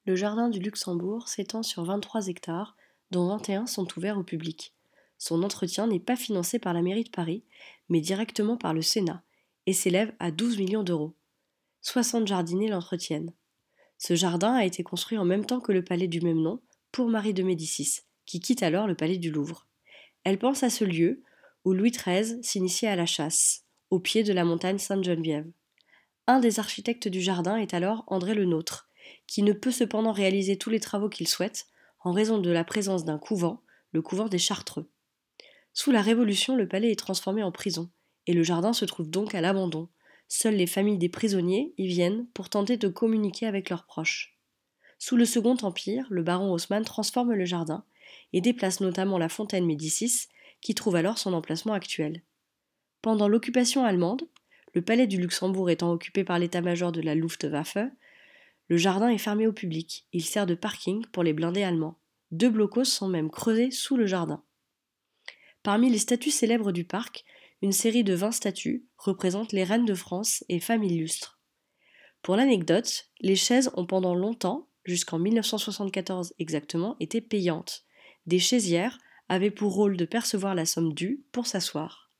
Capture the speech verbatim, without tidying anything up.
Le jardin du Luxembourg s'étend sur vingt-trois hectares, dont vingt et un sont ouverts au public. Son entretien n'est pas financé par la mairie de Paris, mais directement par le Sénat, et s'élève à douze millions d'euros. soixante jardiniers l'entretiennent. Ce jardin a été construit en même temps que le palais du même nom pour Marie de Médicis, qui quitte alors le palais du Louvre. Elle pense à ce lieu où Louis treize s'initiait à la chasse, au pied de la montagne Sainte-Geneviève. Un des architectes du jardin est alors André Le Nôtre, qui ne peut cependant réaliser tous les travaux qu'il souhaite en raison de la présence d'un couvent, le couvent des Chartreux. Sous la Révolution, le palais est transformé en prison, et le jardin se trouve donc à l'abandon. Seules les familles des prisonniers y viennent pour tenter de communiquer avec leurs proches. Sous le Second Empire, le baron Haussmann transforme le jardin et déplace notamment la fontaine Médicis, qui trouve alors son emplacement actuel. Pendant l'occupation allemande, le palais du Luxembourg étant occupé par l'état-major de la Luftwaffe, le jardin est fermé au public. Il sert de parking pour les blindés allemands. Deux blocos sont même creusés sous le jardin. Parmi les statues célèbres du parc, une série de vingt statues représente les reines de France et femmes illustres. Pour l'anecdote, les chaises ont pendant longtemps, jusqu'en mille neuf cent soixante-quatorze exactement, été payantes. Des chaisières avaient pour rôle de percevoir la somme due pour s'asseoir.